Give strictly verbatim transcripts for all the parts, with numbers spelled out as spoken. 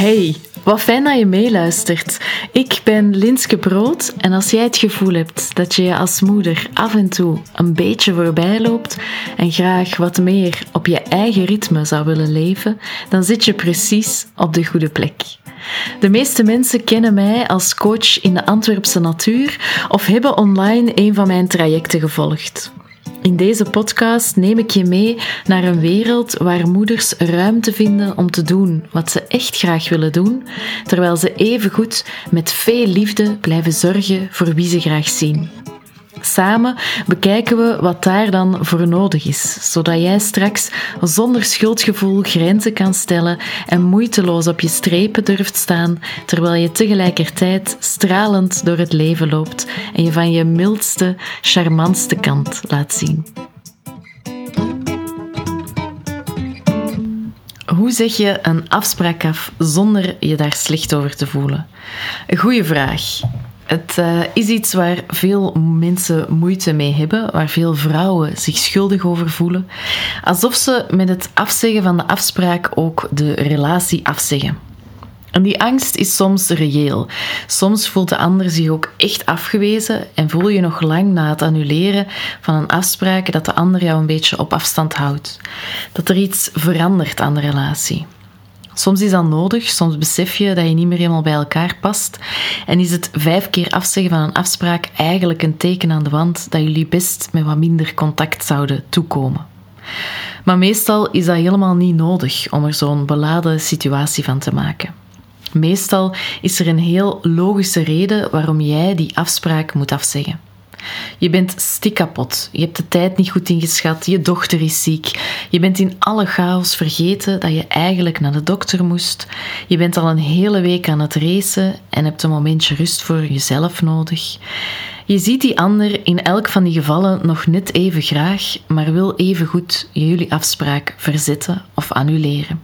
Hey, wat fijn dat je meeluistert. Ik ben Linske Brood en als jij het gevoel hebt dat je je als moeder af en toe een beetje voorbij loopt en graag wat meer op je eigen ritme zou willen leven, dan zit je precies op de goede plek. De meeste mensen kennen mij als coach in de Antwerpse natuur of hebben online een van mijn trajecten gevolgd. In deze podcast neem ik je mee naar een wereld waar moeders ruimte vinden om te doen wat ze echt graag willen doen, terwijl ze evengoed met veel liefde blijven zorgen voor wie ze graag zien. Samen bekijken we wat daar dan voor nodig is, zodat jij straks zonder schuldgevoel grenzen kan stellen en moeiteloos op je strepen durft staan, terwijl je tegelijkertijd stralend door het leven loopt en je van je mildste, charmantste kant laat zien. Hoe zeg je een afspraak af zonder je daar slecht over te voelen? Een goeie vraag. Het uh, is iets waar veel mensen moeite mee hebben, waar veel vrouwen zich schuldig over voelen. Alsof ze met het afzeggen van de afspraak ook de relatie afzeggen. En die angst is soms reëel. Soms voelt de ander zich ook echt afgewezen en voel je nog lang na het annuleren van een afspraak dat de ander jou een beetje op afstand houdt. Dat er iets verandert aan de relatie. Soms is dat nodig, soms besef je dat je niet meer helemaal bij elkaar past en is het vijf keer afzeggen van een afspraak eigenlijk een teken aan de wand dat jullie best met wat minder contact zouden toekomen. Maar meestal is dat helemaal niet nodig om er zo'n beladen situatie van te maken. Meestal is er een heel logische reden waarom jij die afspraak moet afzeggen. Je bent stikkapot, je hebt de tijd niet goed ingeschat, je dochter is ziek, je bent in alle chaos vergeten dat je eigenlijk naar de dokter moest, je bent al een hele week aan het racen en hebt een momentje rust voor jezelf nodig. Je ziet die ander in elk van die gevallen nog net even graag, maar wil evengoed jullie afspraak verzetten of annuleren.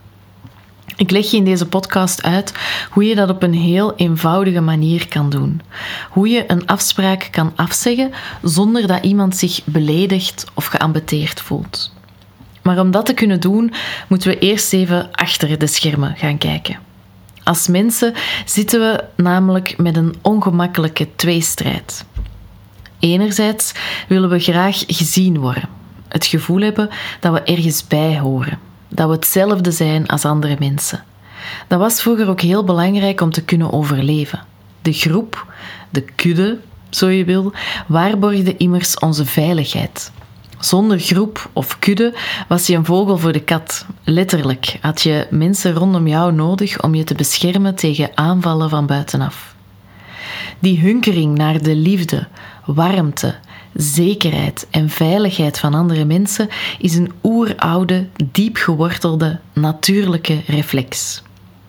Ik leg je in deze podcast uit hoe je dat op een heel eenvoudige manier kan doen. Hoe je een afspraak kan afzeggen zonder dat iemand zich beledigd of geambeteerd voelt. Maar om dat te kunnen doen, moeten we eerst even achter de schermen gaan kijken. Als mensen zitten we namelijk met een ongemakkelijke tweestrijd. Enerzijds willen we graag gezien worden. Het gevoel hebben dat we ergens bij horen. Dat we hetzelfde zijn als andere mensen. Dat was vroeger ook heel belangrijk om te kunnen overleven. De groep, de kudde, zo je wil, waarborgde immers onze veiligheid. Zonder groep of kudde was je een vogel voor de kat. Letterlijk had je mensen rondom jou nodig om je te beschermen tegen aanvallen van buitenaf. Die hunkering naar de liefde, warmte, zekerheid en veiligheid van andere mensen is een oeroude, diep gewortelde, natuurlijke reflex.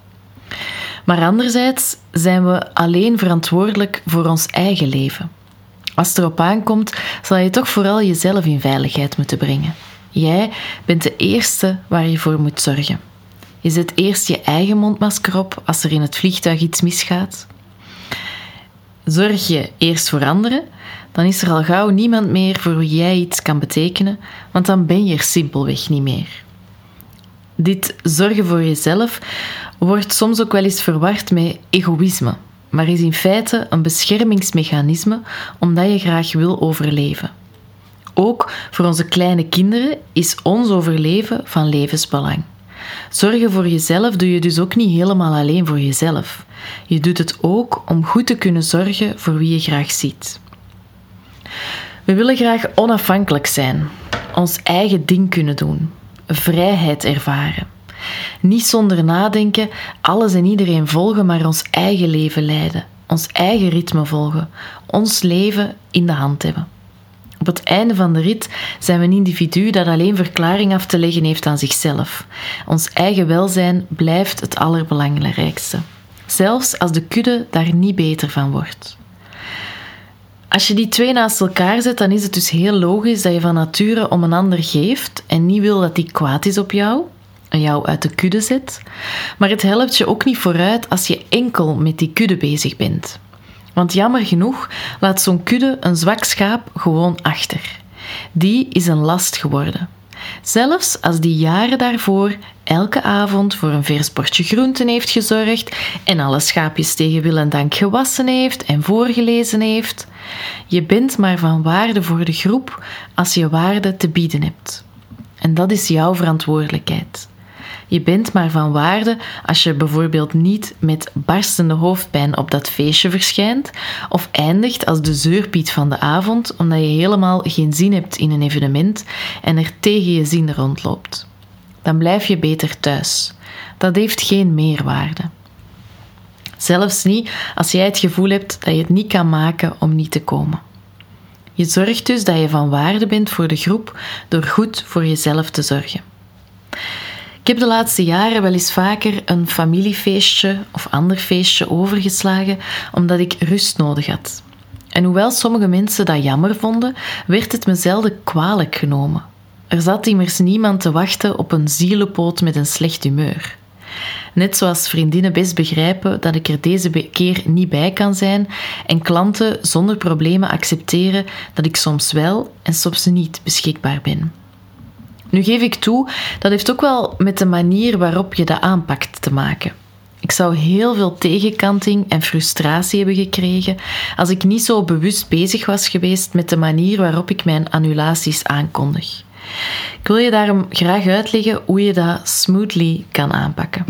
Maar anderzijds zijn we alleen verantwoordelijk voor ons eigen leven. Als het erop aankomt, zal je toch vooral jezelf in veiligheid moeten brengen. Jij bent de eerste waar je voor moet zorgen. Je zet eerst je eigen mondmasker op als er in het vliegtuig iets misgaat. Zorg je eerst voor anderen, dan is er al gauw niemand meer voor wie jij iets kan betekenen, want dan ben je er simpelweg niet meer. Dit zorgen voor jezelf wordt soms ook wel eens verward met egoïsme, maar is in feite een beschermingsmechanisme omdat je graag wil overleven. Ook voor onze kleine kinderen is ons overleven van levensbelang. Zorgen voor jezelf doe je dus ook niet helemaal alleen voor jezelf. Je doet het ook om goed te kunnen zorgen voor wie je graag ziet. We willen graag onafhankelijk zijn, ons eigen ding kunnen doen, vrijheid ervaren. Niet zonder nadenken alles en iedereen volgen, maar ons eigen leven leiden, ons eigen ritme volgen, ons leven in de hand hebben. Op het einde van de rit zijn we een individu dat alleen verklaring af te leggen heeft aan zichzelf. Ons eigen welzijn blijft het allerbelangrijkste, zelfs als de kudde daar niet beter van wordt. Als je die twee naast elkaar zet, dan is het dus heel logisch dat je van nature om een ander geeft en niet wil dat die kwaad is op jou en jou uit de kudde zet. Maar het helpt je ook niet vooruit als je enkel met die kudde bezig bent. Want jammer genoeg laat zo'n kudde een zwak schaap gewoon achter. Die is een last geworden. Zelfs als die jaren daarvoor elke avond voor een vers bordje groenten heeft gezorgd en alle schaapjes tegen wil en dank gewassen heeft en voorgelezen heeft. Je bent maar van waarde voor de groep als je waarde te bieden hebt. En dat is jouw verantwoordelijkheid. Je bent maar van waarde als je bijvoorbeeld niet met barstende hoofdpijn op dat feestje verschijnt of eindigt als de zeurpiet van de avond omdat je helemaal geen zin hebt in een evenement en er tegen je zin rondloopt. Dan blijf je beter thuis. Dat heeft geen meerwaarde. Zelfs niet als jij het gevoel hebt dat je het niet kan maken om niet te komen. Je zorgt dus dat je van waarde bent voor de groep door goed voor jezelf te zorgen. Ik heb de laatste jaren wel eens vaker een familiefeestje of ander feestje overgeslagen omdat ik rust nodig had. En hoewel sommige mensen dat jammer vonden, werd het me zelden kwalijk genomen. Er zat immers niemand te wachten op een zielepoot met een slecht humeur. Net zoals vriendinnen best begrijpen dat ik er deze keer niet bij kan zijn en klanten zonder problemen accepteren dat ik soms wel en soms niet beschikbaar ben. Nu geef ik toe, dat heeft ook wel met de manier waarop je dat aanpakt te maken. Ik zou heel veel tegenkanting en frustratie hebben gekregen als ik niet zo bewust bezig was geweest met de manier waarop ik mijn annulaties aankondig. Ik wil je daarom graag uitleggen hoe je dat smoothly kan aanpakken.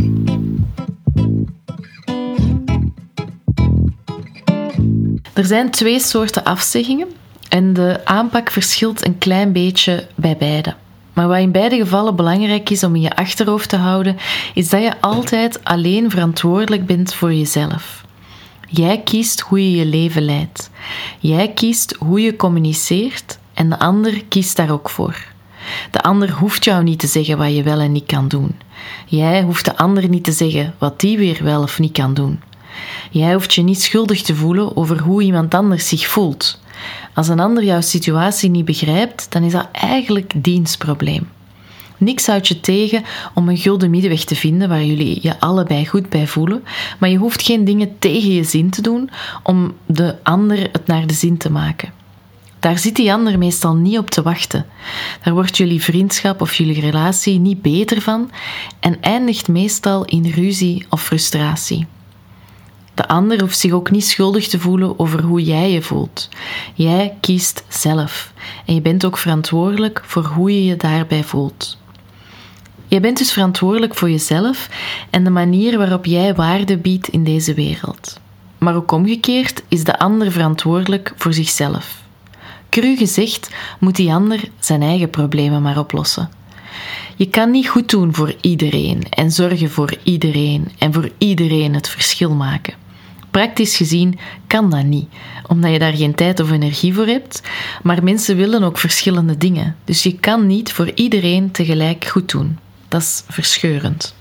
Er zijn twee soorten afzeggingen en de aanpak verschilt een klein beetje bij beide. Maar wat in beide gevallen belangrijk is om in je achterhoofd te houden, is dat je altijd alleen verantwoordelijk bent voor jezelf. Jij kiest hoe je je leven leidt. Jij kiest hoe je communiceert en de ander kiest daar ook voor. De ander hoeft jou niet te zeggen wat je wel en niet kan doen. Jij hoeft de ander niet te zeggen wat die weer wel of niet kan doen. Jij hoeft je niet schuldig te voelen over hoe iemand anders zich voelt. Als een ander jouw situatie niet begrijpt, dan is dat eigenlijk diens probleem. Niks houdt je tegen om een gulden middenweg te vinden waar jullie je allebei goed bij voelen, maar je hoeft geen dingen tegen je zin te doen om de ander het naar de zin te maken. Daar zit die ander meestal niet op te wachten. Daar wordt jullie vriendschap of jullie relatie niet beter van en eindigt meestal in ruzie of frustratie. De ander hoeft zich ook niet schuldig te voelen over hoe jij je voelt. Jij kiest zelf en je bent ook verantwoordelijk voor hoe je je daarbij voelt. Je bent dus verantwoordelijk voor jezelf en de manier waarop jij waarde biedt in deze wereld. Maar ook omgekeerd is de ander verantwoordelijk voor zichzelf. Cru gezegd moet die ander zijn eigen problemen maar oplossen. Je kan niet goed doen voor iedereen en zorgen voor iedereen en voor iedereen het verschil maken. Praktisch gezien kan dat niet, omdat je daar geen tijd of energie voor hebt, maar mensen willen ook verschillende dingen. Dus je kan niet voor iedereen tegelijk goed doen. Dat is verscheurend.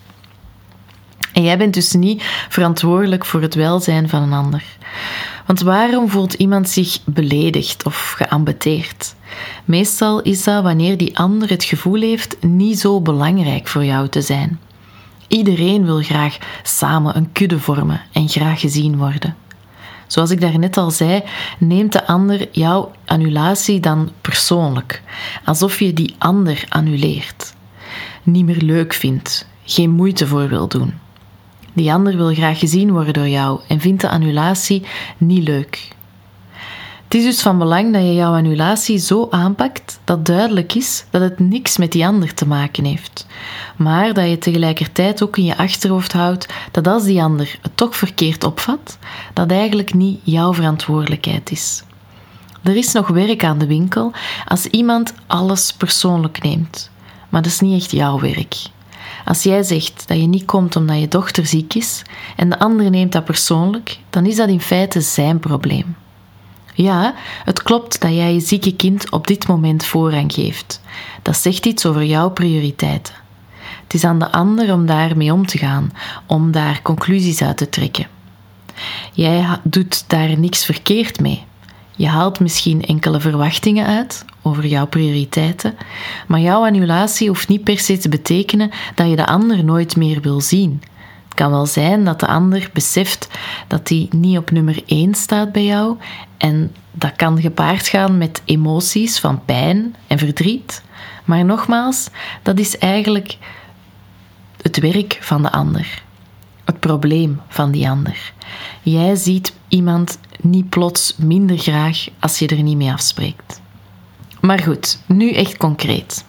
En jij bent dus niet verantwoordelijk voor het welzijn van een ander. Want waarom voelt iemand zich beledigd of geambeteerd? Meestal is dat wanneer die ander het gevoel heeft niet zo belangrijk voor jou te zijn. Iedereen wil graag samen een kudde vormen en graag gezien worden. Zoals ik daarnet al zei, neemt de ander jouw annulatie dan persoonlijk, alsof je die ander annuleert. Niet meer leuk vindt, geen moeite voor wil doen. Die ander wil graag gezien worden door jou en vindt de annulatie niet leuk. Het is dus van belang dat je jouw annulatie zo aanpakt dat duidelijk is dat het niks met die ander te maken heeft. Maar dat je tegelijkertijd ook in je achterhoofd houdt dat als die ander het toch verkeerd opvat, dat eigenlijk niet jouw verantwoordelijkheid is. Er is nog werk aan de winkel als iemand alles persoonlijk neemt. Maar dat is niet echt jouw werk. Als jij zegt dat je niet komt omdat je dochter ziek is en de ander neemt dat persoonlijk, dan is dat in feite zijn probleem. Ja, het klopt dat jij je zieke kind op dit moment voorrang geeft. Dat zegt iets over jouw prioriteiten. Het is aan de ander om daarmee om te gaan, om daar conclusies uit te trekken. Jij doet daar niks verkeerd mee. Je haalt misschien enkele verwachtingen uit over jouw prioriteiten, maar jouw annulatie hoeft niet per se te betekenen dat je de ander nooit meer wil zien. Het kan wel zijn dat de ander beseft dat hij niet op nummer één staat bij jou en dat kan gepaard gaan met emoties van pijn en verdriet, Maar nogmaals, dat is eigenlijk het werk van de ander. Het probleem van die ander. Jij ziet iemand niet plots minder graag als je er niet mee afspreekt. Maar goed, nu echt concreet.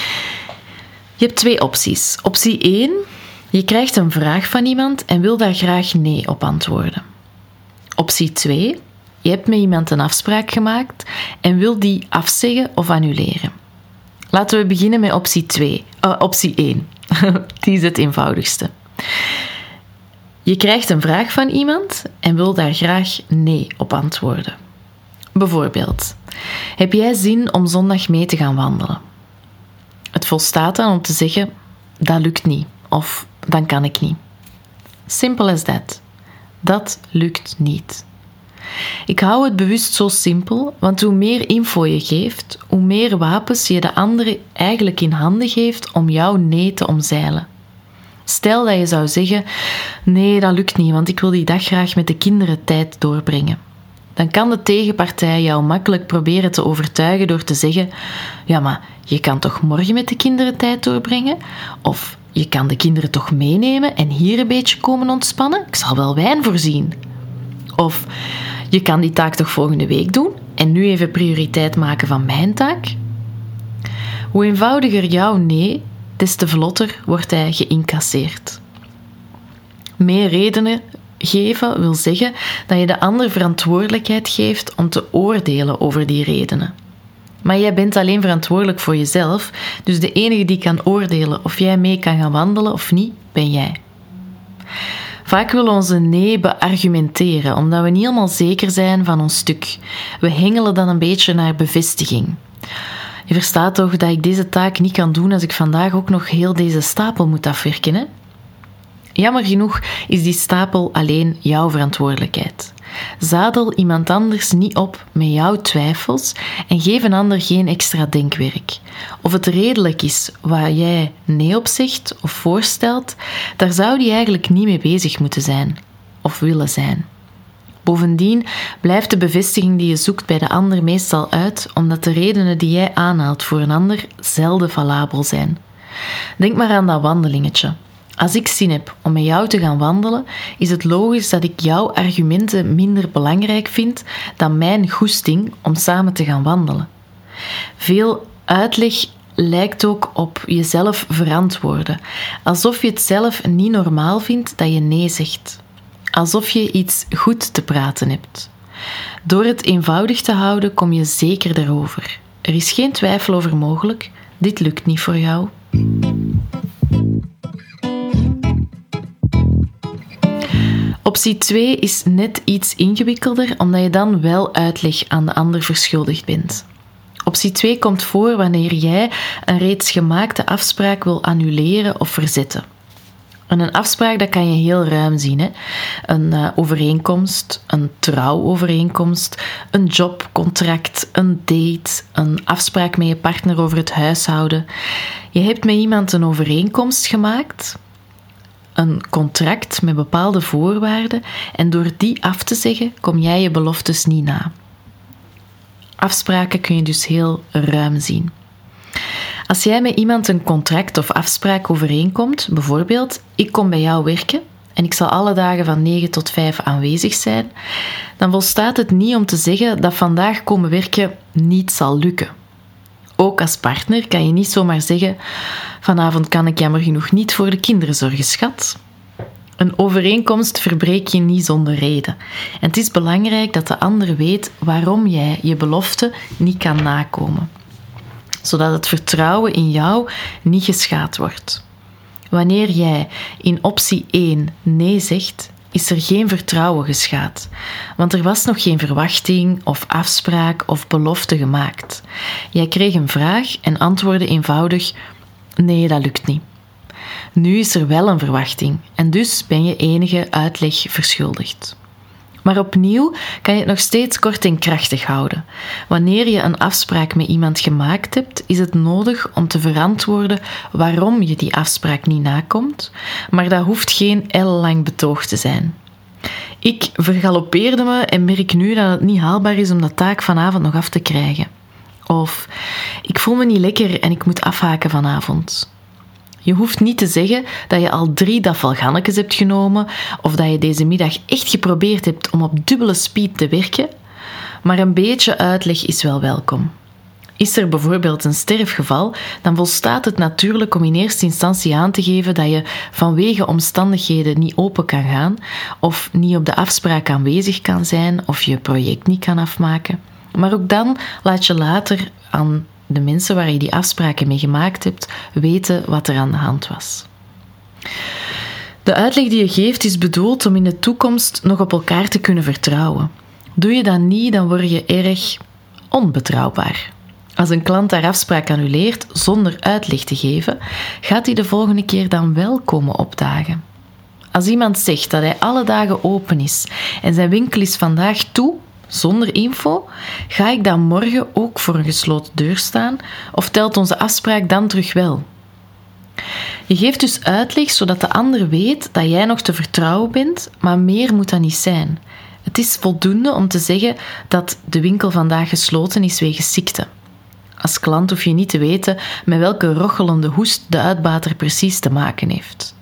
Je hebt twee opties. Optie één, je krijgt een vraag van iemand en wil daar graag nee op antwoorden. Optie twee, je hebt met iemand een afspraak gemaakt en wil die afzeggen of annuleren. Laten we beginnen met optie twee, uh, optie één. Die is het eenvoudigste. Je krijgt een vraag van iemand en wil daar graag nee op antwoorden. Bijvoorbeeld, heb jij zin om zondag mee te gaan wandelen? Het volstaat dan om te zeggen, dat lukt niet of dan kan ik niet. Simple as that. Dat lukt niet. Ik hou het bewust zo simpel, want hoe meer info je geeft, hoe meer wapens je de andere eigenlijk in handen geeft om jouw nee te omzeilen. Stel dat je zou zeggen, nee, dat lukt niet, want ik wil die dag graag met de kinderen tijd doorbrengen. Dan kan de tegenpartij jou makkelijk proberen te overtuigen door te zeggen, ja, maar je kan toch morgen met de kinderen tijd doorbrengen? Of je kan de kinderen toch meenemen en hier een beetje komen ontspannen? Ik zal wel wijn voorzien. Of je kan die taak toch volgende week doen en nu even prioriteit maken van mijn taak? Hoe eenvoudiger jouw nee, des te vlotter wordt hij geïncasseerd. Meer redenen geven wil zeggen dat je de ander verantwoordelijkheid geeft om te oordelen over die redenen. Maar jij bent alleen verantwoordelijk voor jezelf, dus de enige die kan oordelen of jij mee kan gaan wandelen of niet, ben jij. Vaak willen we onze nee beargumenteren, omdat we niet helemaal zeker zijn van ons stuk. We hengelen dan een beetje naar bevestiging. Je verstaat toch dat ik deze taak niet kan doen als ik vandaag ook nog heel deze stapel moet afwerken, hè? Jammer genoeg is die stapel alleen jouw verantwoordelijkheid. Zadel iemand anders niet op met jouw twijfels en geef een ander geen extra denkwerk. Of het redelijk is waar jij nee op zegt of voorstelt, daar zou die eigenlijk niet mee bezig moeten zijn of willen zijn. Bovendien blijft de bevestiging die je zoekt bij de ander meestal uit, omdat de redenen die jij aanhaalt voor een ander zelden valabel zijn. Denk maar aan dat wandelingetje. Als ik zin heb om met jou te gaan wandelen, is het logisch dat ik jouw argumenten minder belangrijk vind dan mijn goesting om samen te gaan wandelen. Veel uitleg lijkt ook op jezelf verantwoorden, alsof je het zelf niet normaal vindt dat je nee zegt. Alsof je iets goed te praten hebt. Door het eenvoudig te houden kom je zeker erover. Er is geen twijfel over mogelijk, dit lukt niet voor jou. Optie twee is net iets ingewikkelder, omdat je dan wel uitleg aan de ander verschuldigd bent. Optie twee komt voor wanneer jij een reeds gemaakte afspraak wil annuleren of verzetten. En een afspraak, dat kan je heel ruim zien, hè? Een uh, overeenkomst, een trouwovereenkomst, een jobcontract, een date, een afspraak met je partner over het huishouden. Je hebt met iemand een overeenkomst gemaakt, een contract met bepaalde voorwaarden en door die af te zeggen, kom jij je beloftes niet na. Afspraken kun je dus heel ruim zien. Als jij met iemand een contract of afspraak overeenkomt, bijvoorbeeld, ik kom bij jou werken en ik zal alle dagen van negen tot vijf aanwezig zijn, dan volstaat het niet om te zeggen dat vandaag komen werken niet zal lukken. Ook als partner kan je niet zomaar zeggen, vanavond kan ik jammer genoeg niet voor de kinderen zorgen, schat. Een overeenkomst verbreek je niet zonder reden. En het is belangrijk dat de ander weet waarom jij je belofte niet kan nakomen. Zodat het vertrouwen in jou niet geschaad wordt. Wanneer jij in optie één nee zegt, is er geen vertrouwen geschaad. Want er was nog geen verwachting of afspraak of belofte gemaakt. Jij kreeg een vraag en antwoordde eenvoudig, nee, dat lukt niet. Nu is er wel een verwachting en dus ben je enige uitleg verschuldigd. Maar opnieuw kan je het nog steeds kort en krachtig houden. Wanneer je een afspraak met iemand gemaakt hebt, is het nodig om te verantwoorden waarom je die afspraak niet nakomt, maar dat hoeft geen ellenlang betoog te zijn. Ik vergalopeerde me en merk nu dat het niet haalbaar is om dat taak vanavond nog af te krijgen. Of ik voel me niet lekker en ik moet afhaken vanavond. Je hoeft niet te zeggen dat je al drie dafalgannetjes hebt genomen of dat je deze middag echt geprobeerd hebt om op dubbele speed te werken, maar een beetje uitleg is wel welkom. Is er bijvoorbeeld een sterfgeval, dan volstaat het natuurlijk om in eerste instantie aan te geven dat je vanwege omstandigheden niet open kan gaan of niet op de afspraak aanwezig kan zijn of je project niet kan afmaken. Maar ook dan laat je later aan de mensen waar je die afspraken mee gemaakt hebt weten wat er aan de hand was. De uitleg die je geeft is bedoeld om in de toekomst nog op elkaar te kunnen vertrouwen. Doe je dat niet, dan word je erg onbetrouwbaar. Als een klant haar afspraak annuleert zonder uitleg te geven, gaat hij de volgende keer dan wel komen opdagen. Als iemand zegt dat hij alle dagen open is en zijn winkel is vandaag toe, zonder info, ga ik dan morgen ook voor een gesloten deur staan of telt onze afspraak dan terug wel? Je geeft dus uitleg zodat de ander weet dat jij nog te vertrouwen bent, maar meer moet dat niet zijn. Het is voldoende om te zeggen dat de winkel vandaag gesloten is wegens ziekte. Als klant hoef je niet te weten met welke rochelende hoest de uitbater precies te maken heeft.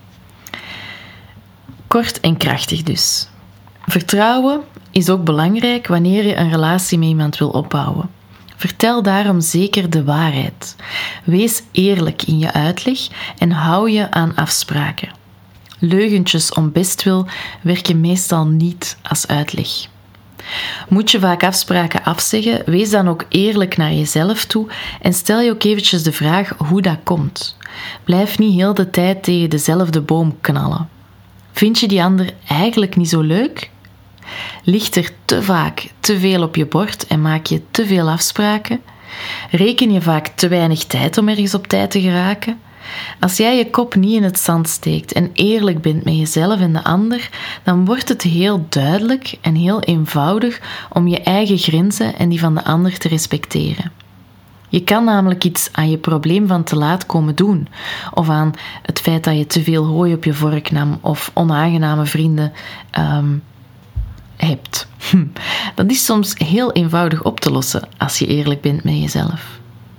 Kort en krachtig dus. Vertrouwen is ook belangrijk wanneer je een relatie met iemand wil opbouwen. Vertel daarom zeker de waarheid. Wees eerlijk in je uitleg en hou je aan afspraken. Leugentjes om bestwil werken meestal niet als uitleg. Moet je vaak afspraken afzeggen, wees dan ook eerlijk naar jezelf toe en stel je ook eventjes de vraag hoe dat komt. Blijf niet heel de tijd tegen dezelfde boom knallen. Vind je die ander eigenlijk niet zo leuk? Ligt er te vaak te veel op je bord en maak je te veel afspraken? Reken je vaak te weinig tijd om ergens op tijd te geraken? Als jij je kop niet in het zand steekt en eerlijk bent met jezelf en de ander, dan wordt het heel duidelijk en heel eenvoudig om je eigen grenzen en die van de ander te respecteren. Je kan namelijk iets aan je probleem van te laat komen doen, of aan het feit dat je te veel hooi op je vork nam of onaangename vrienden um, hebt. Hm. Dat is soms heel eenvoudig op te lossen als je eerlijk bent met jezelf.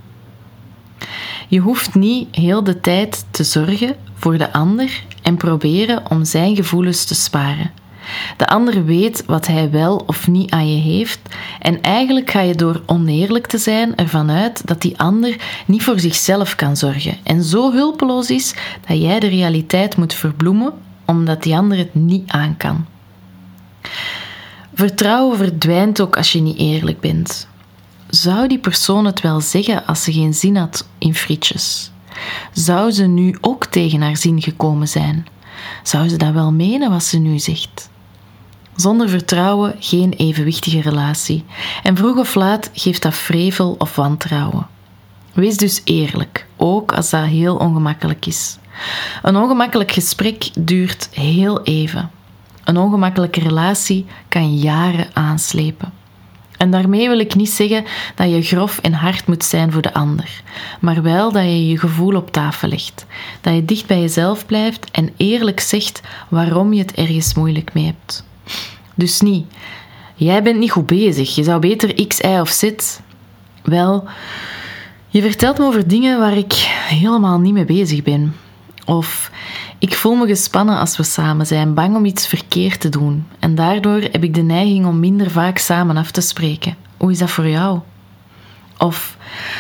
Je hoeft niet heel de tijd te zorgen voor de ander en proberen om zijn gevoelens te sparen. De ander weet wat hij wel of niet aan je heeft en eigenlijk ga je door oneerlijk te zijn ervan uit dat die ander niet voor zichzelf kan zorgen en zo hulpeloos is dat jij de realiteit moet verbloemen omdat die ander het niet aan kan. Vertrouwen verdwijnt ook als je niet eerlijk bent. Zou die persoon het wel zeggen als ze geen zin had in frietjes? Zou ze nu ook tegen haar zin gekomen zijn? Zou ze dat wel menen wat ze nu zegt? Zonder vertrouwen geen evenwichtige relatie. En vroeg of laat geeft dat wrevel of wantrouwen. Wees dus eerlijk, ook als dat heel ongemakkelijk is. Een ongemakkelijk gesprek duurt heel even. Een ongemakkelijke relatie kan jaren aanslepen. En daarmee wil ik niet zeggen dat je grof en hard moet zijn voor de ander, maar wel dat je je gevoel op tafel legt, dat je dicht bij jezelf blijft en eerlijk zegt waarom je het ergens moeilijk mee hebt. Dus niet, jij bent niet goed bezig, je zou beter X, Y of Z. Wel, je vertelt me over dingen waar ik helemaal niet mee bezig ben. Of ik voel me gespannen als we samen zijn, bang om iets verkeerd te doen. En daardoor heb ik de neiging om minder vaak samen af te spreken. Hoe is dat voor jou? Of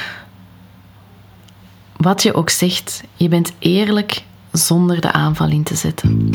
wat je ook zegt, je bent eerlijk zonder de aanval in te zetten.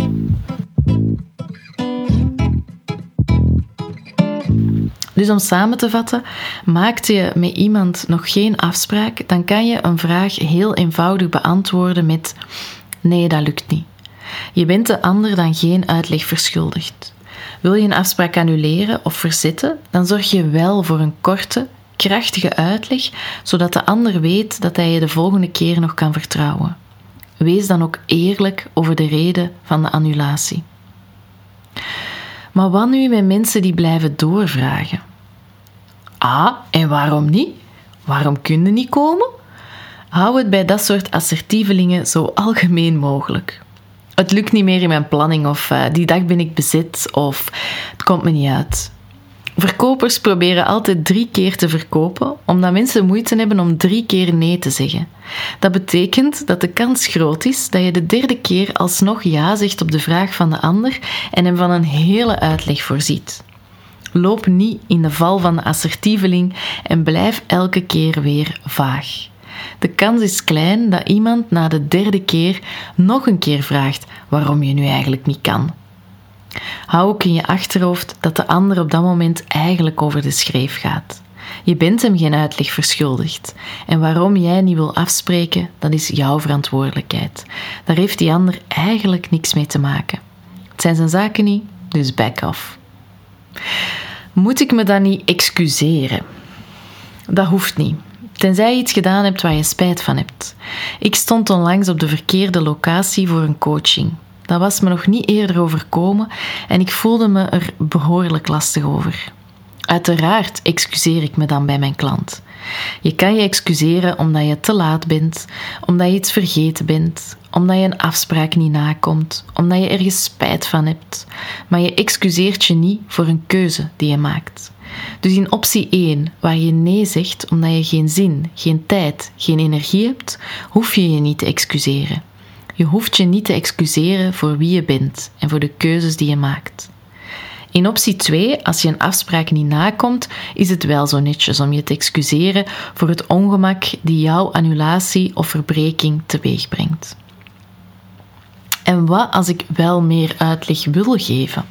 Dus om samen te vatten, maakte je met iemand nog geen afspraak, dan kan je een vraag heel eenvoudig beantwoorden met nee, dat lukt niet. Je bent de ander dan geen uitleg verschuldigd. Wil je een afspraak annuleren of verzetten, dan zorg je wel voor een korte, krachtige uitleg, zodat de ander weet dat hij je de volgende keer nog kan vertrouwen. Wees dan ook eerlijk over de reden van de annulatie. Maar wat nu met mensen die blijven doorvragen? Ah, en waarom niet? Waarom kun je niet komen? Hou het bij dat soort assertievelingen zo algemeen mogelijk. Het lukt niet meer in mijn planning of uh, die dag ben ik bezet of het komt me niet uit. Verkopers proberen altijd drie keer te verkopen, omdat mensen moeite hebben om drie keer nee te zeggen. Dat betekent dat de kans groot is dat je de derde keer alsnog ja zegt op de vraag van de ander en hem van een hele uitleg voorziet. Loop niet in de val van de assertieveling en blijf elke keer weer vaag. De kans is klein dat iemand na de derde keer nog een keer vraagt waarom je nu eigenlijk niet kan. Hou ook in je achterhoofd dat de ander op dat moment eigenlijk over de schreef gaat. Je bent hem geen uitleg verschuldigd. En waarom jij niet wil afspreken, dat is jouw verantwoordelijkheid. Daar heeft die ander eigenlijk niks mee te maken. Het zijn zijn zaken niet, dus back off. Moet ik me dan niet excuseren? Dat hoeft niet. Tenzij je iets gedaan hebt waar je spijt van hebt. Ik stond onlangs op de verkeerde locatie voor een coaching. Dat was me nog niet eerder overkomen en ik voelde me er behoorlijk lastig over. Uiteraard excuseer ik me dan bij mijn klant. Je kan je excuseren omdat je te laat bent, omdat je iets vergeten bent, omdat je een afspraak niet nakomt, omdat je ergens spijt van hebt. Maar je excuseert je niet voor een keuze die je maakt. Dus in optie één, waar je nee zegt omdat je geen zin, geen tijd, geen energie hebt, hoef je je niet te excuseren. Je hoeft je niet te excuseren voor wie je bent en voor de keuzes die je maakt. In optie twee, als je een afspraak niet nakomt, is het wel zo netjes om je te excuseren voor het ongemak die jouw annulatie of verbreking teweeg brengt. En wat als ik wel meer uitleg wil geven?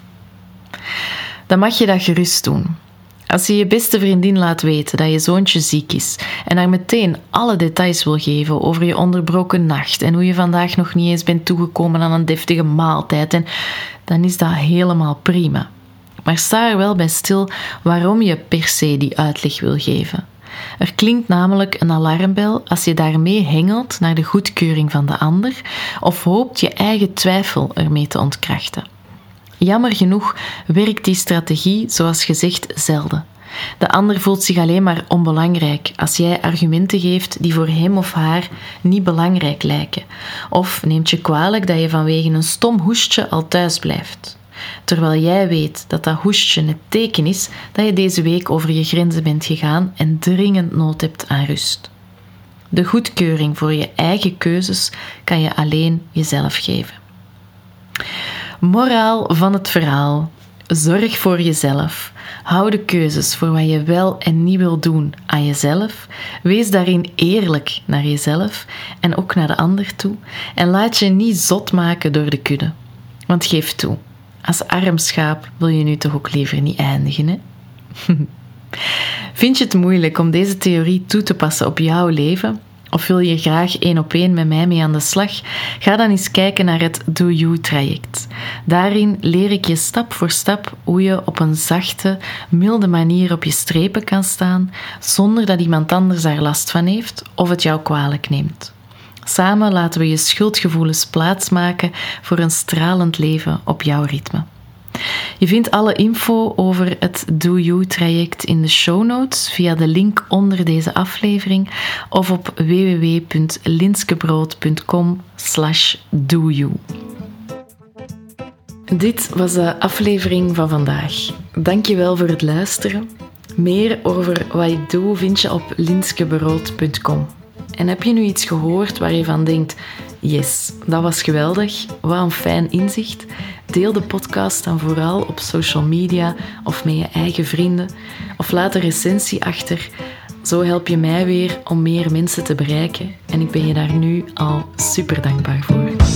Dan mag je dat gerust doen. Als je je beste vriendin laat weten dat je zoontje ziek is en haar meteen alle details wil geven over je onderbroken nacht en hoe je vandaag nog niet eens bent toegekomen aan een deftige maaltijd, en dan is dat helemaal prima. Maar sta er wel bij stil waarom je per se die uitleg wil geven. Er klinkt namelijk een alarmbel als je daarmee hengelt naar de goedkeuring van de ander of hoopt je eigen twijfel ermee te ontkrachten. Jammer genoeg werkt die strategie, zoals gezegd, zelden. De ander voelt zich alleen maar onbelangrijk als jij argumenten geeft die voor hem of haar niet belangrijk lijken. Of neemt je kwalijk dat je vanwege een stom hoestje al thuis blijft. Terwijl jij weet dat dat hoestje het teken is dat je deze week over je grenzen bent gegaan en dringend nood hebt aan rust. De goedkeuring voor je eigen keuzes kan je alleen jezelf geven. Moraal van het verhaal. Zorg voor jezelf. Hou de keuzes voor wat je wel en niet wil doen aan jezelf. Wees daarin eerlijk naar jezelf en ook naar de ander toe. En laat je niet zot maken door de kudde. Want geef toe, als arm schaap wil je nu toch ook liever niet eindigen, hè? Vind je het moeilijk om deze theorie toe te passen op jouw leven? Of wil je graag één op één met mij mee aan de slag? Ga dan eens kijken naar het Do You traject. Daarin leer ik je stap voor stap hoe je op een zachte, milde manier op je strepen kan staan, zonder dat iemand anders daar last van heeft of het jou kwalijk neemt. Samen laten we je schuldgevoelens plaatsmaken voor een stralend leven op jouw ritme. Je vindt alle info over het Do You traject in de show notes via de link onder deze aflevering of op w w w punt linskebrood punt com slash do you. Dit was de aflevering van vandaag. Dankjewel voor het luisteren. Meer over wat ik doe vind je op linskebrood punt com. En heb je nu iets gehoord waar je van denkt, yes, dat was geweldig, wat een fijn inzicht. Deel de podcast dan vooral op social media of met je eigen vrienden. Of laat een recensie achter. Zo help je mij weer om meer mensen te bereiken. En ik ben je daar nu al super dankbaar voor.